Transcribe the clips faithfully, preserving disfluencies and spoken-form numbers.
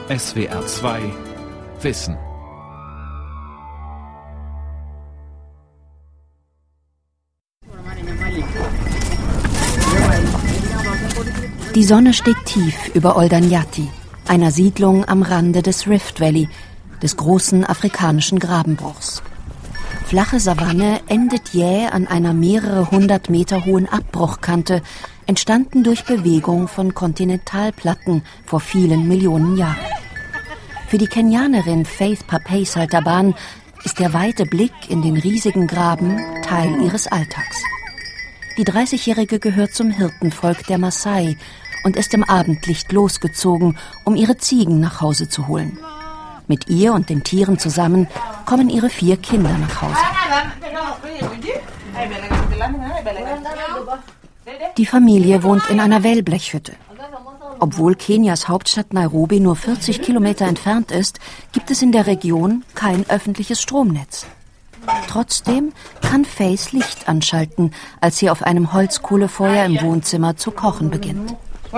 S W R zwei Wissen. Die Sonne steht tief über Oldanjati, einer Siedlung am Rande des Rift Valley, des großen afrikanischen Grabenbruchs. Flache Savanne endet jäh an einer mehrere hundert Meter hohen Abbruchkante, entstanden durch Bewegung von Kontinentalplatten vor vielen Millionen Jahren. Für die Kenianerin Faith Papey Saltaban ist der weite Blick in den riesigen Graben Teil ihres Alltags. Die dreißigjährige gehört zum Hirtenvolk der Maasai und ist im Abendlicht losgezogen, um ihre Ziegen nach Hause zu holen. Mit ihr und den Tieren zusammen kommen ihre vier Kinder nach Hause. Die Familie wohnt in einer Wellblechhütte. Obwohl Kenias Hauptstadt Nairobi nur vierzig Kilometer entfernt ist, gibt es in der Region kein öffentliches Stromnetz. Trotzdem kann Faith Licht anschalten, als sie auf einem Holzkohlefeuer im Wohnzimmer zu kochen beginnt.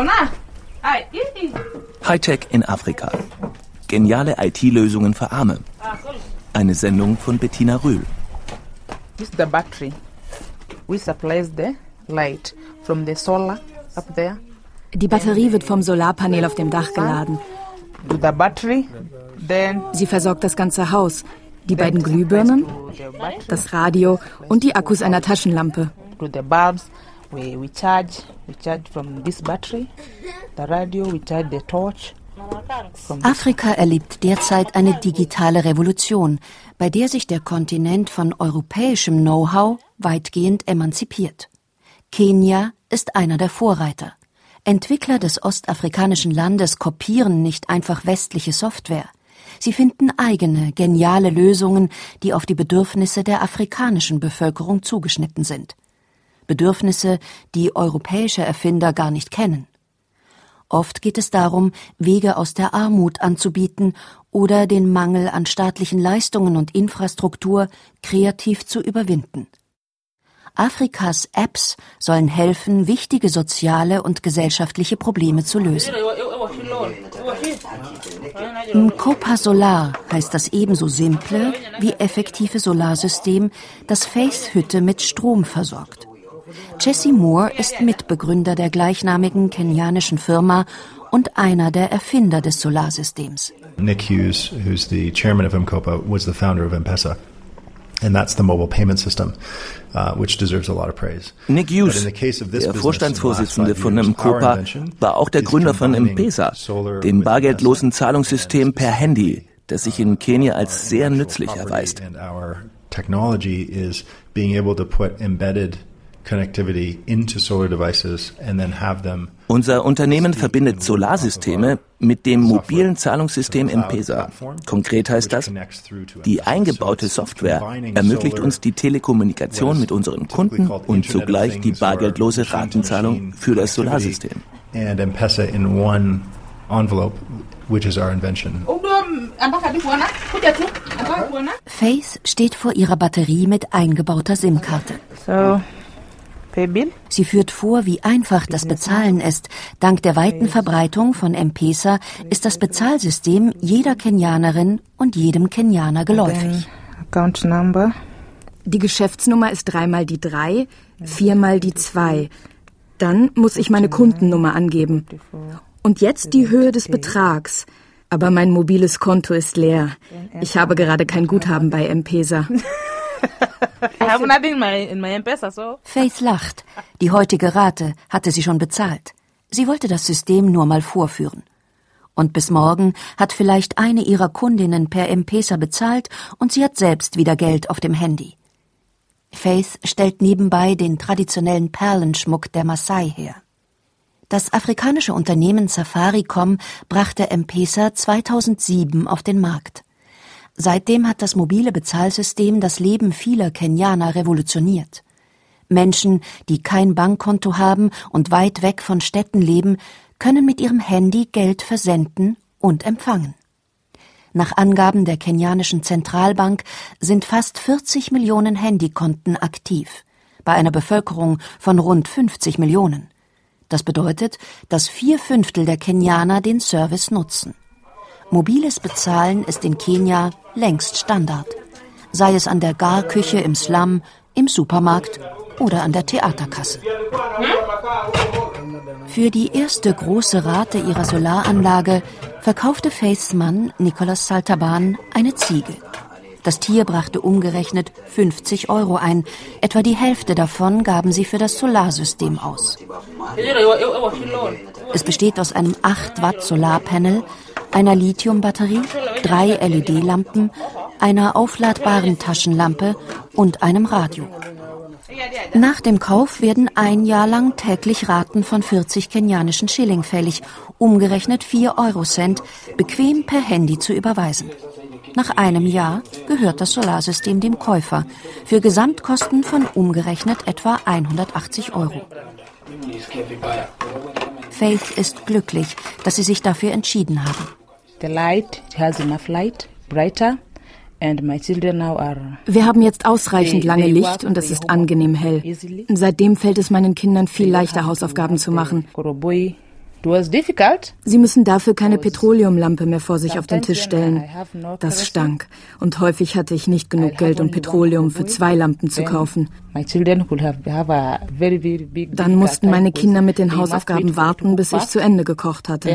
Hightech in Afrika. Geniale I T-Lösungen für Arme. Eine Sendung von Bettina Rühl. This is the battery. We supply the light from the solar up there. Die Batterie wird vom Solarpanel auf dem Dach geladen. To the battery, then Sie versorgt das ganze Haus. Die beiden Glühbirnen, das Radio und die Akkus einer Taschenlampe. to the bulbs. We we charge. We charge from this battery. The radio. We charge the torch. Afrika erlebt derzeit eine digitale Revolution, bei der sich der Kontinent von europäischem Know-how weitgehend emanzipiert. Kenia ist einer der Vorreiter. Entwickler des ostafrikanischen Landes kopieren nicht einfach westliche Software. Sie finden eigene, geniale Lösungen, die auf die Bedürfnisse der afrikanischen Bevölkerung zugeschnitten sind. Bedürfnisse, die europäische Erfinder gar nicht kennen. Oft geht es darum, Wege aus der Armut anzubieten oder den Mangel an staatlichen Leistungen und Infrastruktur kreativ zu überwinden. Afrikas Apps sollen helfen, wichtige soziale und gesellschaftliche Probleme zu lösen. Mkopa Solar heißt das ebenso simple wie effektive Solarsystem, das Faiths Hütte mit Strom versorgt. Jesse Moore ist Mitbegründer der gleichnamigen kenianischen Firma und einer der Erfinder des Solarsystems. Nick Hughes, who's the chairman of M-KOPA, was the founder of M-Pesa. And that's the mobile payment system, uh, which deserves a lot of praise. Nick Hughes, der Vorstandsvorsitzende von M-KOPA, war auch der Gründer von M-Pesa, dem bargeldlosen Zahlungssystem per Handy, das sich in Kenia als sehr nützlich erweist. Technology is being able to put embedded connectivity into solar devices and then have them. Unser Unternehmen verbindet Solarsysteme mit dem mobilen Zahlungssystem M-Pesa. Konkret heißt das, die eingebaute Software ermöglicht uns die Telekommunikation mit unseren Kunden und zugleich die bargeldlose Ratenzahlung für das Solarsystem. And M-Pesa in one envelope, which is our invention. Faith steht vor ihrer Batterie mit eingebauter SIM-Karte. So, pay bill. Sie führt vor, wie einfach das Bezahlen ist. Dank der weiten Verbreitung von M-Pesa ist das Bezahlsystem jeder Kenianerin und jedem Kenianer geläufig. Account number. Die Geschäftsnummer ist dreimal die drei, viermal die zwei. Dann muss ich meine Kundennummer angeben. Und jetzt die Höhe des Betrags. Aber mein mobiles Konto ist leer. Ich habe gerade kein Guthaben bei M-Pesa. Faith lacht. Die heutige Rate hatte sie schon bezahlt. Sie wollte das System nur mal vorführen. Und bis morgen hat vielleicht eine ihrer Kundinnen per M-Pesa bezahlt und sie hat selbst wieder Geld auf dem Handy. Faith stellt nebenbei den traditionellen Perlenschmuck der Maasai her. Das afrikanische Unternehmen Safaricom brachte M-Pesa zweitausendsieben auf den Markt. Seitdem hat das mobile Bezahlsystem das Leben vieler Kenianer revolutioniert. Menschen, die kein Bankkonto haben und weit weg von Städten leben, können mit ihrem Handy Geld versenden und empfangen. Nach Angaben der kenianischen Zentralbank sind fast vierzig Millionen Handykonten aktiv, bei einer Bevölkerung von rund fünfzig Millionen. Das bedeutet, dass vier Fünftel der Kenianer den Service nutzen. Mobiles Bezahlen ist in Kenia längst Standard. Sei es an der Garküche im Slum, im Supermarkt oder an der Theaterkasse. Für die erste große Rate ihrer Solaranlage verkaufte Faiths Mann Nicholas Saltaban eine Ziege. Das Tier brachte umgerechnet fünfzig Euro ein. Etwa die Hälfte davon gaben sie für das Solarsystem aus. Es besteht aus einem acht Watt Solarpanel, einer Lithiumbatterie, drei L E D-Lampen, einer aufladbaren Taschenlampe und einem Radio. Nach dem Kauf werden ein Jahr lang täglich Raten von vierzig kenianischen Schilling fällig, umgerechnet vier Eurocent, bequem per Handy zu überweisen. Nach einem Jahr gehört das Solarsystem dem Käufer, für Gesamtkosten von umgerechnet etwa hundertachtzig Euro. Faith ist glücklich, dass sie sich dafür entschieden haben. The light has enough light, brighter. Wir haben jetzt ausreichend lange Licht und es ist angenehm hell. Seitdem fällt es meinen Kindern viel leichter, Hausaufgaben zu machen. Sie müssen dafür keine Petroleumlampe mehr vor sich auf den Tisch stellen. Das stank. Und häufig hatte ich nicht genug Geld, um Petroleum für zwei Lampen zu kaufen. Dann mussten meine Kinder mit den Hausaufgaben warten, bis ich zu Ende gekocht hatte.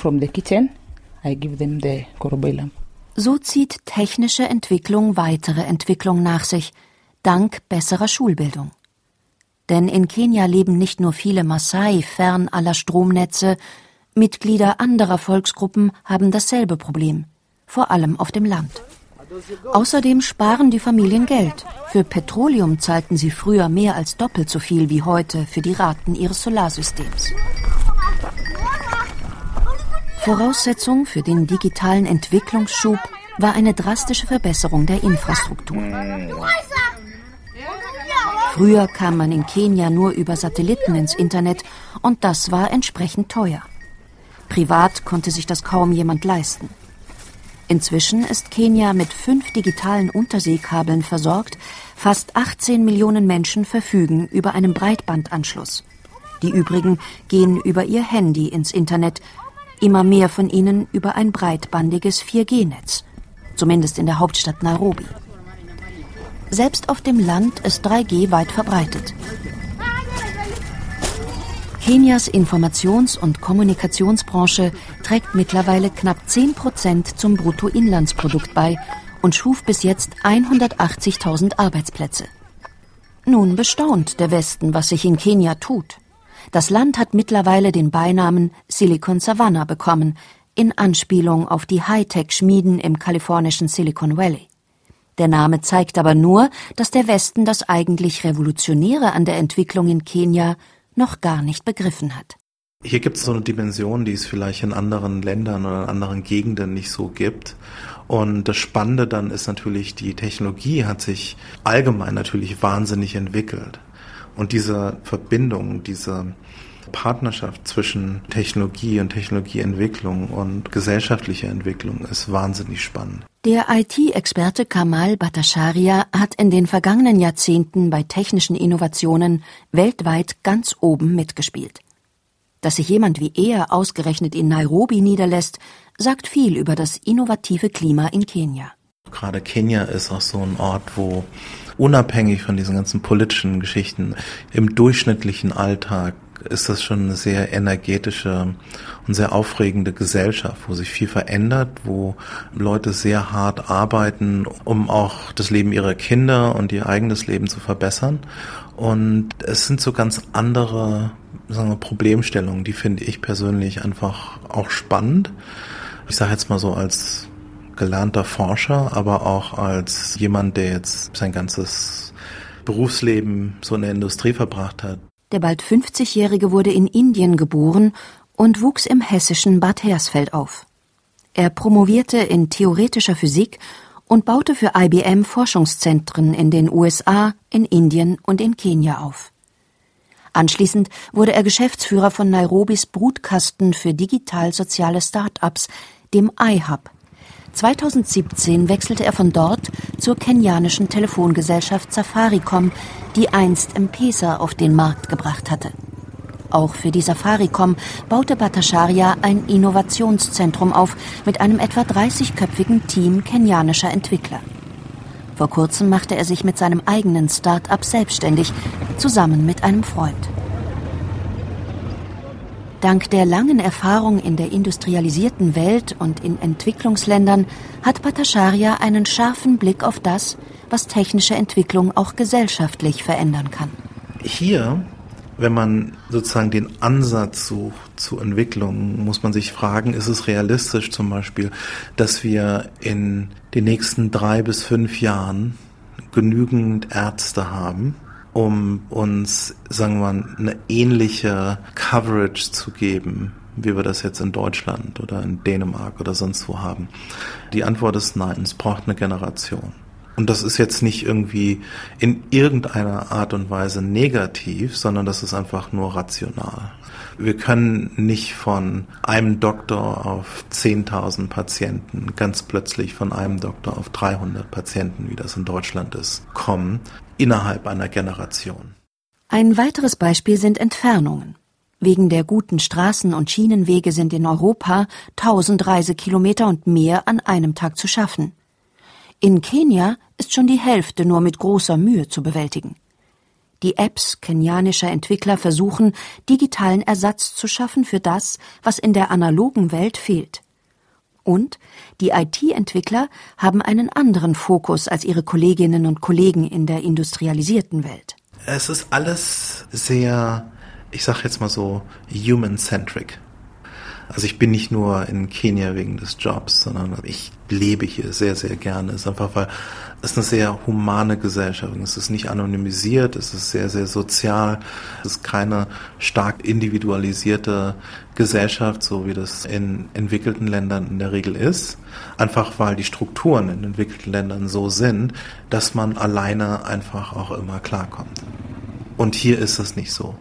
So zieht technische Entwicklung weitere Entwicklung nach sich, dank besserer Schulbildung. Denn in Kenia leben nicht nur viele Maasai fern aller Stromnetze, Mitglieder anderer Volksgruppen haben dasselbe Problem, vor allem auf dem Land. Außerdem sparen die Familien Geld. Für Petroleum zahlten sie früher mehr als doppelt so viel wie heute für die Raten ihres Solarsystems. Voraussetzung für den digitalen Entwicklungsschub war eine drastische Verbesserung der Infrastruktur. Früher kam man in Kenia nur über Satelliten ins Internet und das war entsprechend teuer. Privat konnte sich das kaum jemand leisten. Inzwischen ist Kenia mit fünf digitalen Unterseekabeln versorgt. Fast achtzehn Millionen Menschen verfügen über einen Breitbandanschluss. Die übrigen gehen über ihr Handy ins Internet, immer mehr von ihnen über ein breitbandiges vier G Netz, zumindest in der Hauptstadt Nairobi. Selbst auf dem Land ist drei G weit verbreitet. Kenias Informations- und Kommunikationsbranche trägt mittlerweile knapp zehn Prozent zum Bruttoinlandsprodukt bei und schuf bis jetzt hundertachtzigtausend Arbeitsplätze. Nun bestaunt der Westen, was sich in Kenia tut. Das Land hat mittlerweile den Beinamen Silicon Savannah bekommen, in Anspielung auf die Hightech-Schmieden im kalifornischen Silicon Valley. Der Name zeigt aber nur, dass der Westen das eigentlich Revolutionäre an der Entwicklung in Kenia noch gar nicht begriffen hat. Hier gibt es so eine Dimension, die es vielleicht in anderen Ländern oder in anderen Gegenden nicht so gibt. Und das Spannende dann ist natürlich, die Technologie hat sich allgemein natürlich wahnsinnig entwickelt. Und diese Verbindung, diese Partnerschaft zwischen Technologie und Technologieentwicklung und gesellschaftlicher Entwicklung ist wahnsinnig spannend. Der I T-Experte Kamal Bhattacharya hat in den vergangenen Jahrzehnten bei technischen Innovationen weltweit ganz oben mitgespielt. Dass sich jemand wie er ausgerechnet in Nairobi niederlässt, sagt viel über das innovative Klima in Kenia. Gerade Kenia ist auch so ein Ort, wo unabhängig von diesen ganzen politischen Geschichten im durchschnittlichen Alltag ist das schon eine sehr energetische und sehr aufregende Gesellschaft, wo sich viel verändert, wo Leute sehr hart arbeiten, um auch das Leben ihrer Kinder und ihr eigenes Leben zu verbessern. Und es sind so ganz andere, sagen wir, Problemstellungen, die finde ich persönlich einfach auch spannend. Ich sage jetzt mal so als gelernter Forscher, aber auch als jemand, der jetzt sein ganzes Berufsleben so in der Industrie verbracht hat. Der bald fünfzigjährige wurde in Indien geboren und wuchs im hessischen Bad Hersfeld auf. Er promovierte in theoretischer Physik und baute für I B M Forschungszentren in den U S A, in Indien und in Kenia auf. Anschließend wurde er Geschäftsführer von Nairobis Brutkasten für digital-soziale Start-ups, dem iHub. zweitausendsiebzehn wechselte er von dort zur kenianischen Telefongesellschaft Safaricom, die einst M-Pesa auf den Markt gebracht hatte. Auch für die Safaricom baute Bhattacharya ein Innovationszentrum auf mit einem etwa dreißigköpfigen Team kenianischer Entwickler. Vor kurzem machte er sich mit seinem eigenen Start-up selbstständig, zusammen mit einem Freund. Dank der langen Erfahrung in der industrialisierten Welt und in Entwicklungsländern hat Bhattacharya einen scharfen Blick auf das, was technische Entwicklung auch gesellschaftlich verändern kann. Hier, wenn man sozusagen den Ansatz sucht zu Entwicklung, muss man sich fragen, ist es realistisch zum Beispiel, dass wir in den nächsten drei bis fünf Jahren genügend Ärzte haben, um uns, sagen wir mal, eine ähnliche Coverage zu geben, wie wir das jetzt in Deutschland oder in Dänemark oder sonst wo haben? Die Antwort ist nein, es braucht eine Generation. Und das ist jetzt nicht irgendwie in irgendeiner Art und Weise negativ, sondern das ist einfach nur rational. Wir können nicht von einem Doktor auf zehntausend Patienten, ganz plötzlich von einem Doktor auf dreihundert Patienten, wie das in Deutschland ist, kommen, innerhalb einer Generation. Ein weiteres Beispiel sind Entfernungen. Wegen der guten Straßen- und Schienenwege sind in Europa tausend Reisekilometer und mehr an einem Tag zu schaffen. In Kenia ist schon die Hälfte nur mit großer Mühe zu bewältigen. Die Apps kenianischer Entwickler versuchen, digitalen Ersatz zu schaffen für das, was in der analogen Welt fehlt. Und die I T-Entwickler haben einen anderen Fokus als ihre Kolleginnen und Kollegen in der industrialisierten Welt. Es ist alles sehr, ich sag jetzt mal so, human-centric. Also ich bin nicht nur in Kenia wegen des Jobs, sondern ich lebe hier sehr, sehr gerne. Es ist einfach, weil es eine sehr humane Gesellschaft ist. Es ist nicht anonymisiert, es ist sehr, sehr sozial. Es ist keine stark individualisierte Gesellschaft, so wie das in entwickelten Ländern in der Regel ist. Einfach weil die Strukturen in entwickelten Ländern so sind, dass man alleine einfach auch immer klarkommt. Und hier ist es nicht so.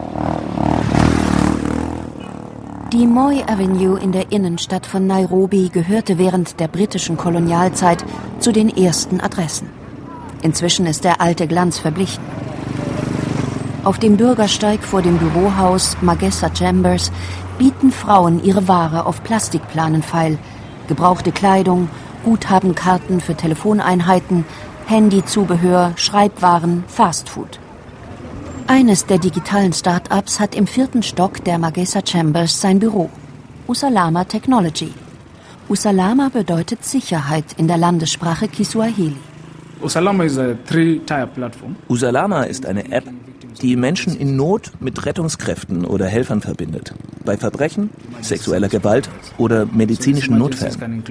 Die Moi Avenue in der Innenstadt von Nairobi gehörte während der britischen Kolonialzeit zu den ersten Adressen. Inzwischen ist der alte Glanz verblichen. Auf dem Bürgersteig vor dem Bürohaus Magesa Chambers bieten Frauen ihre Ware auf Plastikplanen feil. Gebrauchte Kleidung, Guthabenkarten für Telefoneinheiten, Handyzubehör, Schreibwaren, Fastfood. Eines der digitalen Start-ups hat im vierten Stock der Magesa Chambers sein Büro. Usalama Technology. Usalama bedeutet Sicherheit in der Landessprache Kiswahili. Usalama is a three-tier platform. Usalama ist eine App, die Menschen in Not mit Rettungskräften oder Helfern verbindet. Bei Verbrechen, sexueller Gewalt oder medizinischen Notfällen.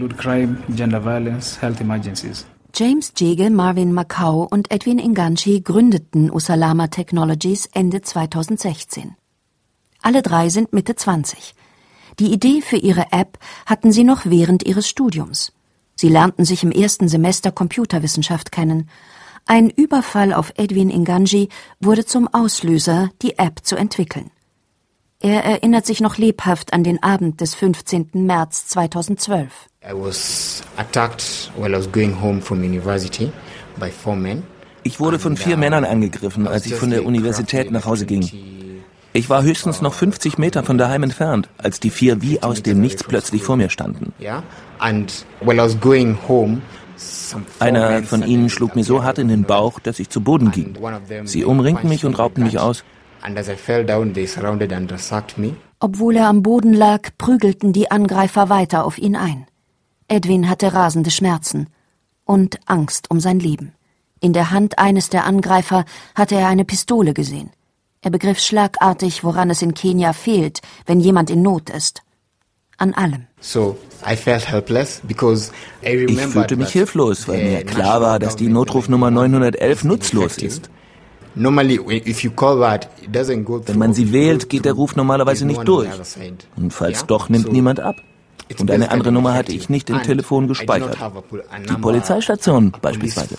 James Jege, Marvin Makau und Edwin Inganji gründeten Usalama Technologies Ende zweitausendsechzehn. Alle drei sind Mitte zwanzig. Die Idee für ihre App hatten sie noch während ihres Studiums. Sie lernten sich im ersten Semester Computerwissenschaft kennen. Ein Überfall auf Edwin Inganji wurde zum Auslöser, die App zu entwickeln. Er erinnert sich noch lebhaft an den Abend des fünfzehnten März zweitausendzwölf. I was attacked while I was going home from university by four men. Ich wurde von vier Männern angegriffen, als ich von der Universität nach Hause ging. Ich war höchstens noch fünfzig Meter von daheim entfernt, als die vier wie aus dem Nichts plötzlich vor mir standen. Einer von ihnen schlug mir so hart in den Bauch, dass ich zu Boden ging. Sie umringten mich und raubten mich aus. Obwohl er am Boden lag, prügelten die Angreifer weiter auf ihn ein. Edwin hatte rasende Schmerzen und Angst um sein Leben. In der Hand eines der Angreifer hatte er eine Pistole gesehen. Er begriff schlagartig, woran es in Kenia fehlt, wenn jemand in Not ist. An allem. Ich fühlte mich hilflos, weil mir klar war, dass die Notrufnummer neunhundertelf nutzlos ist. Wenn man sie wählt, geht der Ruf normalerweise nicht durch. Und falls doch, nimmt niemand ab. Und eine andere Nummer hatte ich nicht im Telefon gespeichert. Die Polizeistation beispielsweise.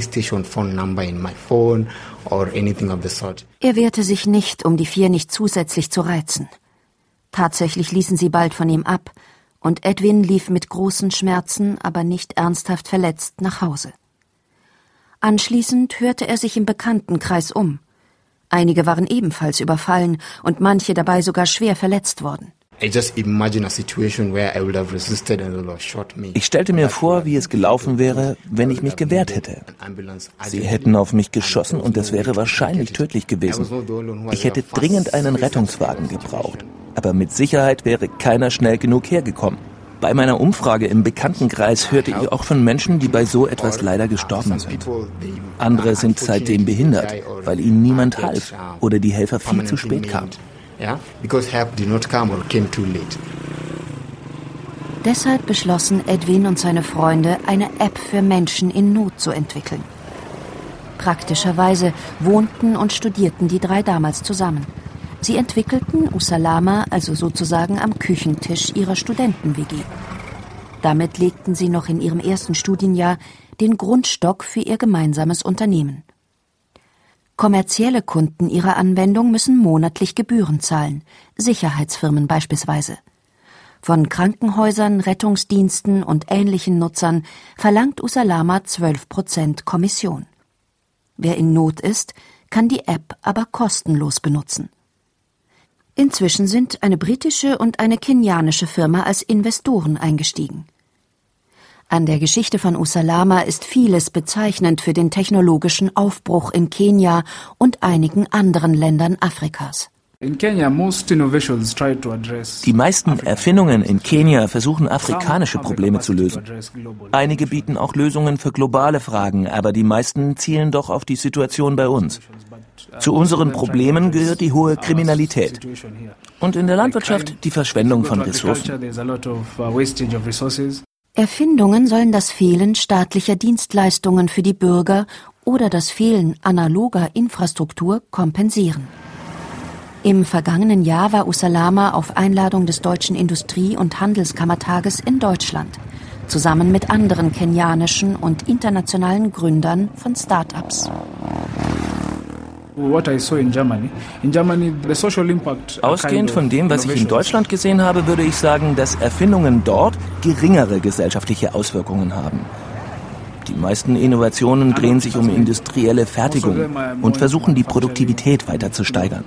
Er wehrte sich nicht, um die vier nicht zusätzlich zu reizen. Tatsächlich ließen sie bald von ihm ab, und Edwin lief mit großen Schmerzen, aber nicht ernsthaft verletzt, nach Hause. Anschließend hörte er sich im Bekanntenkreis um. Einige waren ebenfalls überfallen und manche dabei sogar schwer verletzt worden. Ich stellte mir vor, wie es gelaufen wäre, wenn ich mich gewehrt hätte. Sie hätten auf mich geschossen und es wäre wahrscheinlich tödlich gewesen. Ich hätte dringend einen Rettungswagen gebraucht, aber mit Sicherheit wäre keiner schnell genug hergekommen. Bei meiner Umfrage im Bekanntenkreis hörte ich auch von Menschen, die bei so etwas leider gestorben sind. Andere sind seitdem behindert, weil ihnen niemand half oder die Helfer viel zu spät kamen. Deshalb beschlossen Edwin und seine Freunde, eine App für Menschen in Not zu entwickeln. Praktischerweise wohnten und studierten die drei damals zusammen. Sie entwickelten Usalama also sozusagen am Küchentisch ihrer Studenten-W G. Damit legten sie noch in ihrem ersten Studienjahr den Grundstock für ihr gemeinsames Unternehmen. Kommerzielle Kunden ihrer Anwendung müssen monatlich Gebühren zahlen, Sicherheitsfirmen beispielsweise. Von Krankenhäusern, Rettungsdiensten und ähnlichen Nutzern verlangt Usalama zwölf Prozent Kommission. Wer in Not ist, kann die App aber kostenlos benutzen. Inzwischen sind eine britische und eine kenianische Firma als Investoren eingestiegen. An der Geschichte von Usalama ist vieles bezeichnend für den technologischen Aufbruch in Kenia und einigen anderen Ländern Afrikas. Die meisten Erfindungen in Kenia versuchen afrikanische Probleme zu lösen. Einige bieten auch Lösungen für globale Fragen, aber die meisten zielen doch auf die Situation bei uns. Zu unseren Problemen gehört die hohe Kriminalität und in der Landwirtschaft die Verschwendung von Ressourcen. Erfindungen sollen das Fehlen staatlicher Dienstleistungen für die Bürger oder das Fehlen analoger Infrastruktur kompensieren. Im vergangenen Jahr war Usalama auf Einladung des Deutschen Industrie- und Handelskammertages in Deutschland, zusammen mit anderen kenianischen und internationalen Gründern von Start-ups. Ausgehend von dem, was ich in Deutschland gesehen habe, würde ich sagen, dass Erfindungen dort geringere gesellschaftliche Auswirkungen haben. Die meisten Innovationen drehen sich um industrielle Fertigung und versuchen, die Produktivität weiter zu steigern.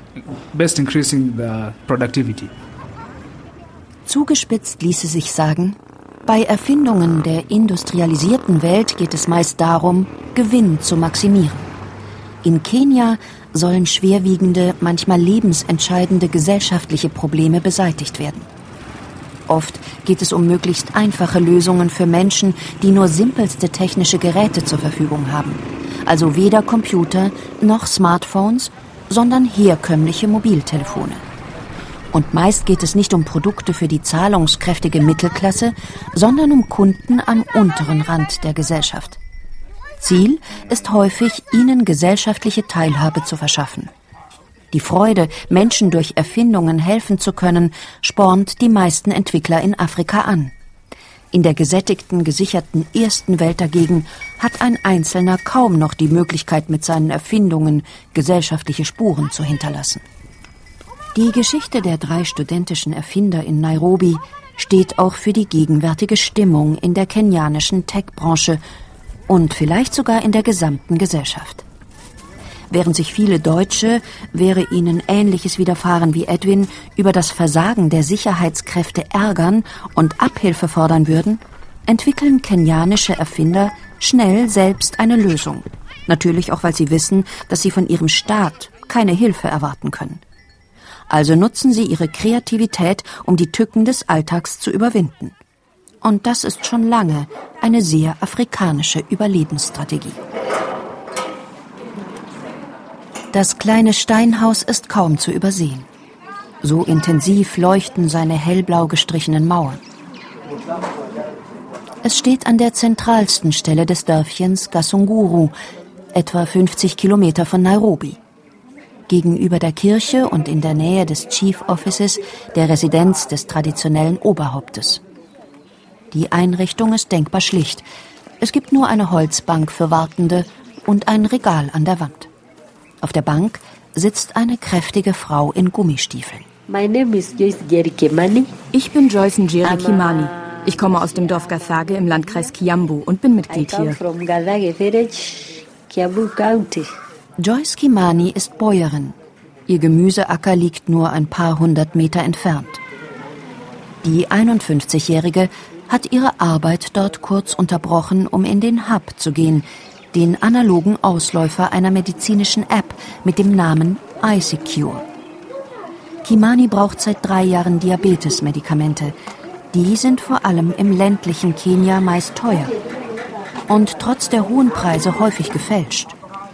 Zugespitzt ließe sich sagen, bei Erfindungen der industrialisierten Welt geht es meist darum, Gewinn zu maximieren. In Kenia sollen schwerwiegende, manchmal lebensentscheidende gesellschaftliche Probleme beseitigt werden. Oft geht es um möglichst einfache Lösungen für Menschen, die nur simpelste technische Geräte zur Verfügung haben. Also weder Computer noch Smartphones, sondern herkömmliche Mobiltelefone. Und meist geht es nicht um Produkte für die zahlungskräftige Mittelklasse, sondern um Kunden am unteren Rand der Gesellschaft. Ziel ist häufig, ihnen gesellschaftliche Teilhabe zu verschaffen. Die Freude, Menschen durch Erfindungen helfen zu können, spornt die meisten Entwickler in Afrika an. In der gesättigten, gesicherten ersten Welt dagegen hat ein Einzelner kaum noch die Möglichkeit, mit seinen Erfindungen gesellschaftliche Spuren zu hinterlassen. Die Geschichte der drei studentischen Erfinder in Nairobi steht auch für die gegenwärtige Stimmung in der kenianischen Tech-Branche und vielleicht sogar in der gesamten Gesellschaft. Während sich viele Deutsche, wäre ihnen Ähnliches widerfahren wie Edwin, über das Versagen der Sicherheitskräfte ärgern und Abhilfe fordern würden, entwickeln kenianische Erfinder schnell selbst eine Lösung. Natürlich auch, weil sie wissen, dass sie von ihrem Staat keine Hilfe erwarten können. Also nutzen sie ihre Kreativität, um die Tücken des Alltags zu überwinden. Und das ist schon lange eine sehr afrikanische Überlebensstrategie. Das kleine Steinhaus ist kaum zu übersehen. So intensiv leuchten seine hellblau gestrichenen Mauern. Es steht an der zentralsten Stelle des Dörfchens Gasunguru, etwa fünfzig Kilometer von Nairobi. Gegenüber der Kirche und in der Nähe des Chief Offices, der Residenz des traditionellen Oberhauptes. Die Einrichtung ist denkbar schlicht. Es gibt nur eine Holzbank für Wartende und ein Regal an der Wand. Auf der Bank sitzt eine kräftige Frau in Gummistiefeln. My name is Joyce Njeri Kimani. Ich bin Joyce Njeri Kimani. Ich komme aus dem Dorf Gathage im Landkreis Kiambu und bin Mitglied I come hier. from Gathage village, Kiambu County. Joyce Kimani ist Bäuerin. Ihr Gemüseacker liegt nur ein paar hundert Meter entfernt. Die einundfünfzigjährige hat ihre Arbeit dort kurz unterbrochen, um in den Hub zu gehen, den analogen Ausläufer einer medizinischen App mit dem Namen iSecure. Kimani braucht seit drei Jahren Diabetes-Medikamente. Die sind vor allem im ländlichen Kenia meist teuer und trotz der hohen Preise häufig gefälscht.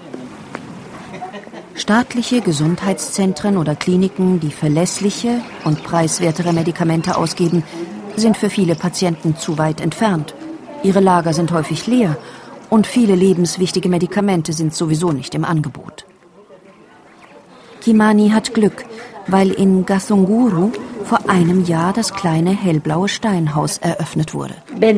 Staatliche Gesundheitszentren oder Kliniken, die verlässliche und preiswertere Medikamente ausgeben, sind für viele Patienten zu weit entfernt. Ihre Lager sind häufig leer und viele lebenswichtige Medikamente sind sowieso nicht im Angebot. Kimani hat Glück, weil in Gasunguru vor einem Jahr das kleine hellblaue Steinhaus eröffnet wurde.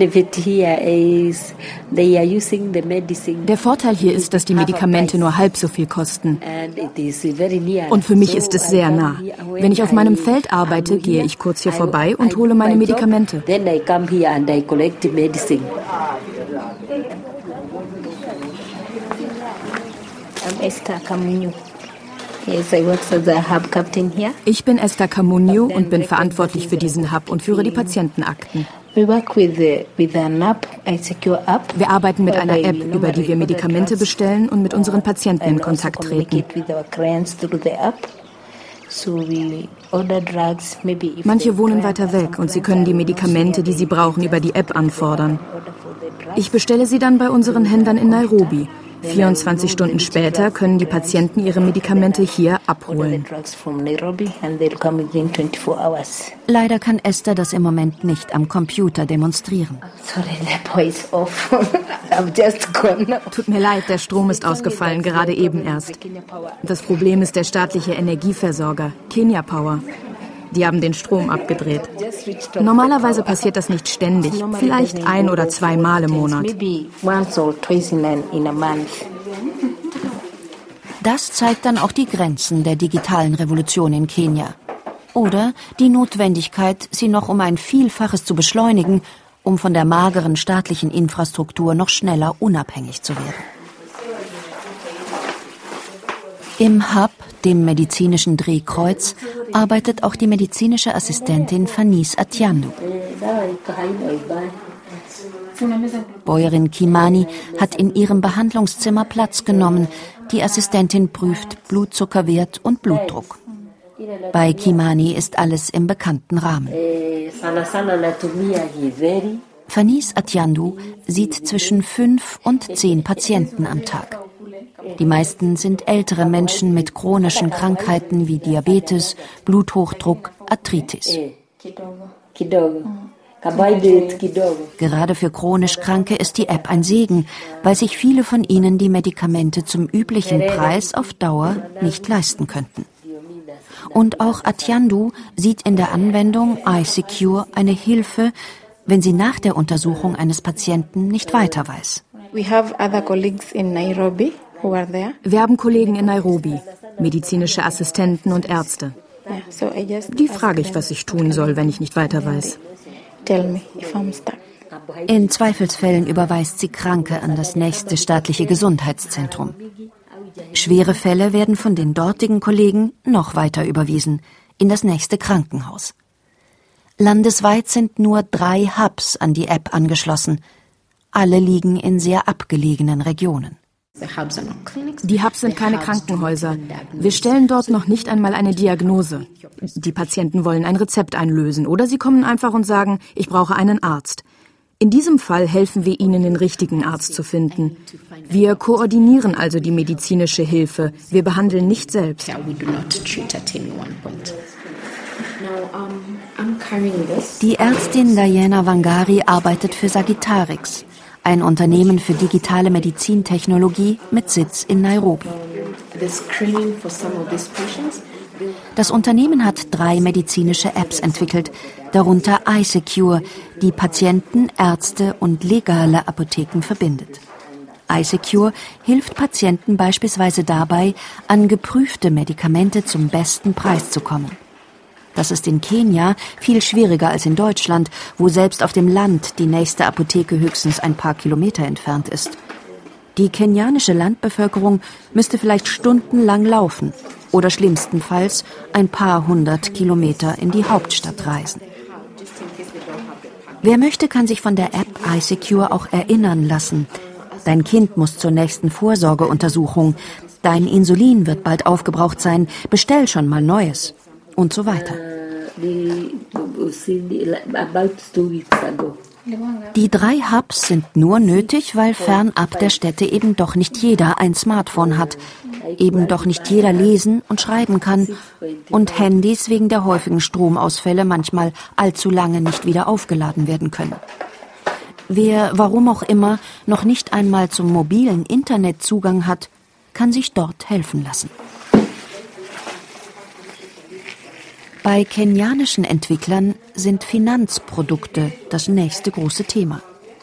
Der Vorteil hier ist, dass die Medikamente nur halb so viel kosten. Und für mich ist es sehr nah. Wenn ich auf meinem Feld arbeite, gehe ich kurz hier vorbei und hole meine Medikamente. Ich bin Esther Kamunyu und bin verantwortlich für diesen Hub und führe die Patientenakten. Wir arbeiten mit einer App, über die wir Medikamente bestellen und mit unseren Patienten in Kontakt treten. Manche wohnen weiter weg und sie können die Medikamente, die sie brauchen, über die App anfordern. Ich bestelle sie dann bei unseren Händlern in Nairobi. vierundzwanzig Stunden später können die Patienten ihre Medikamente hier abholen. Leider kann Esther das im Moment nicht am Computer demonstrieren. Tut mir leid, der Strom ist ausgefallen, gerade eben erst. Das Problem ist der staatliche Energieversorger, Kenya Power. Die haben den Strom abgedreht. Normalerweise passiert das nicht ständig, vielleicht ein oder zweimal im Monat. Das zeigt dann auch die Grenzen der digitalen Revolution in Kenia. Oder die Notwendigkeit, sie noch um ein Vielfaches zu beschleunigen, um von der mageren staatlichen Infrastruktur noch schneller unabhängig zu werden. Im Hub, dem medizinischen Drehkreuz, arbeitet auch die medizinische Assistentin Fanice Atyandu. Bäuerin Kimani hat in ihrem Behandlungszimmer Platz genommen. Die Assistentin prüft Blutzuckerwert und Blutdruck. Bei Kimani ist alles im bekannten Rahmen. Fanice Atyandu sieht zwischen fünf und zehn Patienten am Tag. Die meisten sind ältere Menschen mit chronischen Krankheiten wie Diabetes, Bluthochdruck, Arthritis. Gerade für chronisch Kranke ist die App ein Segen, weil sich viele von ihnen die Medikamente zum üblichen Preis auf Dauer nicht leisten könnten. Und auch Atyandu sieht in der Anwendung iSecure eine Hilfe, wenn sie nach der Untersuchung eines Patienten nicht weiter weiß. Wir haben Kollegen in Nairobi, medizinische Assistenten und Ärzte. Die frage ich, was ich tun soll, wenn ich nicht weiter weiß. In Zweifelsfällen überweist sie Kranke an das nächste staatliche Gesundheitszentrum. Schwere Fälle werden von den dortigen Kollegen noch weiter überwiesen, in das nächste Krankenhaus. Landesweit sind nur drei Hubs an die App angeschlossen. Alle liegen in sehr abgelegenen Regionen. Die Hubs sind keine Krankenhäuser. Wir stellen dort noch nicht einmal eine Diagnose. Die Patienten wollen ein Rezept einlösen oder sie kommen einfach und sagen, ich brauche einen Arzt. In diesem Fall helfen wir ihnen, den richtigen Arzt zu finden. Wir koordinieren also die medizinische Hilfe. Wir behandeln nicht selbst. Die Ärztin Diana Wangari arbeitet für Sagitarix, ein Unternehmen für digitale Medizintechnologie mit Sitz in Nairobi. Das Unternehmen hat drei medizinische Apps entwickelt, darunter iSecure, die Patienten, Ärzte und legale Apotheken verbindet. iSecure hilft Patienten beispielsweise dabei, an geprüfte Medikamente zum besten Preis zu kommen. Das ist in Kenia viel schwieriger als in Deutschland, wo selbst auf dem Land die nächste Apotheke höchstens ein paar Kilometer entfernt ist. Die kenianische Landbevölkerung müsste vielleicht stundenlang laufen oder schlimmstenfalls ein paar hundert Kilometer in die Hauptstadt reisen. Wer möchte, kann sich von der App iSecure auch erinnern lassen. Dein Kind muss zur nächsten Vorsorgeuntersuchung. Dein Insulin wird bald aufgebraucht sein. Bestell schon mal Neues. Und so weiter. Die drei Hubs sind nur nötig, weil fernab der Städte eben doch nicht jeder ein Smartphone hat, eben doch nicht jeder lesen und schreiben kann und Handys wegen der häufigen Stromausfälle manchmal allzu lange nicht wieder aufgeladen werden können. Wer, warum auch immer, noch nicht einmal zum mobilen Internetzugang hat, kann sich dort helfen lassen. Bei kenianischen Entwicklern sind Finanzprodukte das nächste große Thema.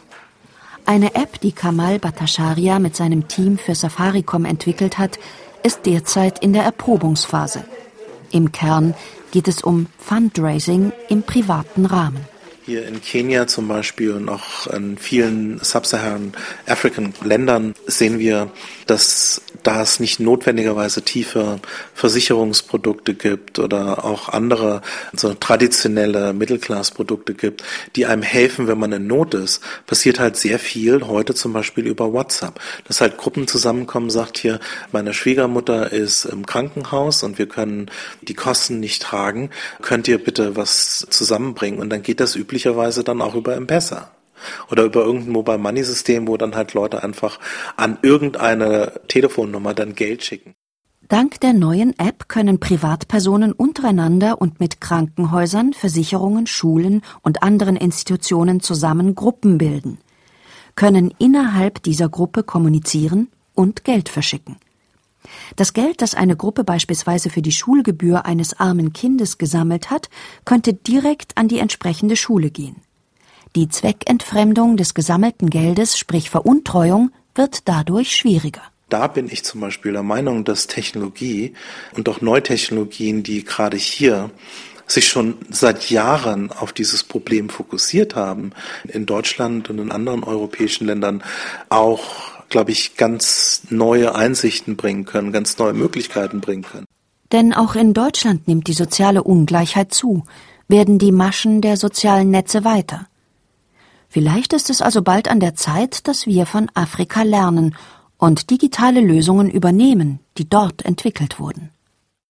Eine App, die Kamal Batasharia mit seinem Team für Safaricom entwickelt hat, ist derzeit in der Erprobungsphase. Im Kern geht es um Fundraising im privaten Rahmen. Hier in Kenia zum Beispiel und auch in vielen Sub-Saharan African Ländern sehen wir, dass da es nicht notwendigerweise tiefe Versicherungsprodukte gibt oder auch andere so traditionelle Middle-Class-Produkte gibt, die einem helfen, wenn man in Not ist, passiert halt sehr viel heute zum Beispiel über WhatsApp. Dass halt Gruppen zusammenkommen, sagt hier, meine Schwiegermutter ist im Krankenhaus und wir können die Kosten nicht tragen, könnt ihr bitte was zusammenbringen? Und dann geht das üblicherweise dann auch über M-Pesa. Oder über irgendein Mobile-Money-System, wo dann halt Leute einfach an irgendeine Telefonnummer dann Geld schicken. Dank der neuen App können Privatpersonen untereinander und mit Krankenhäusern, Versicherungen, Schulen und anderen Institutionen zusammen Gruppen bilden, können innerhalb dieser Gruppe kommunizieren und Geld verschicken. Das Geld, das eine Gruppe beispielsweise für die Schulgebühr eines armen Kindes gesammelt hat, könnte direkt an die entsprechende Schule gehen. Die Zweckentfremdung des gesammelten Geldes, sprich Veruntreuung, wird dadurch schwieriger. Da bin ich zum Beispiel der Meinung, dass Technologie und auch Neutechnologien, die gerade hier sich schon seit Jahren auf dieses Problem fokussiert haben, in Deutschland und in anderen europäischen Ländern auch, glaube ich, ganz neue Einsichten bringen können, ganz neue Möglichkeiten bringen können. Denn auch in Deutschland nimmt die soziale Ungleichheit zu, werden die Maschen der sozialen Netze weiter. Vielleicht ist es also bald an der Zeit, dass wir von Afrika lernen und digitale Lösungen übernehmen, die dort entwickelt wurden.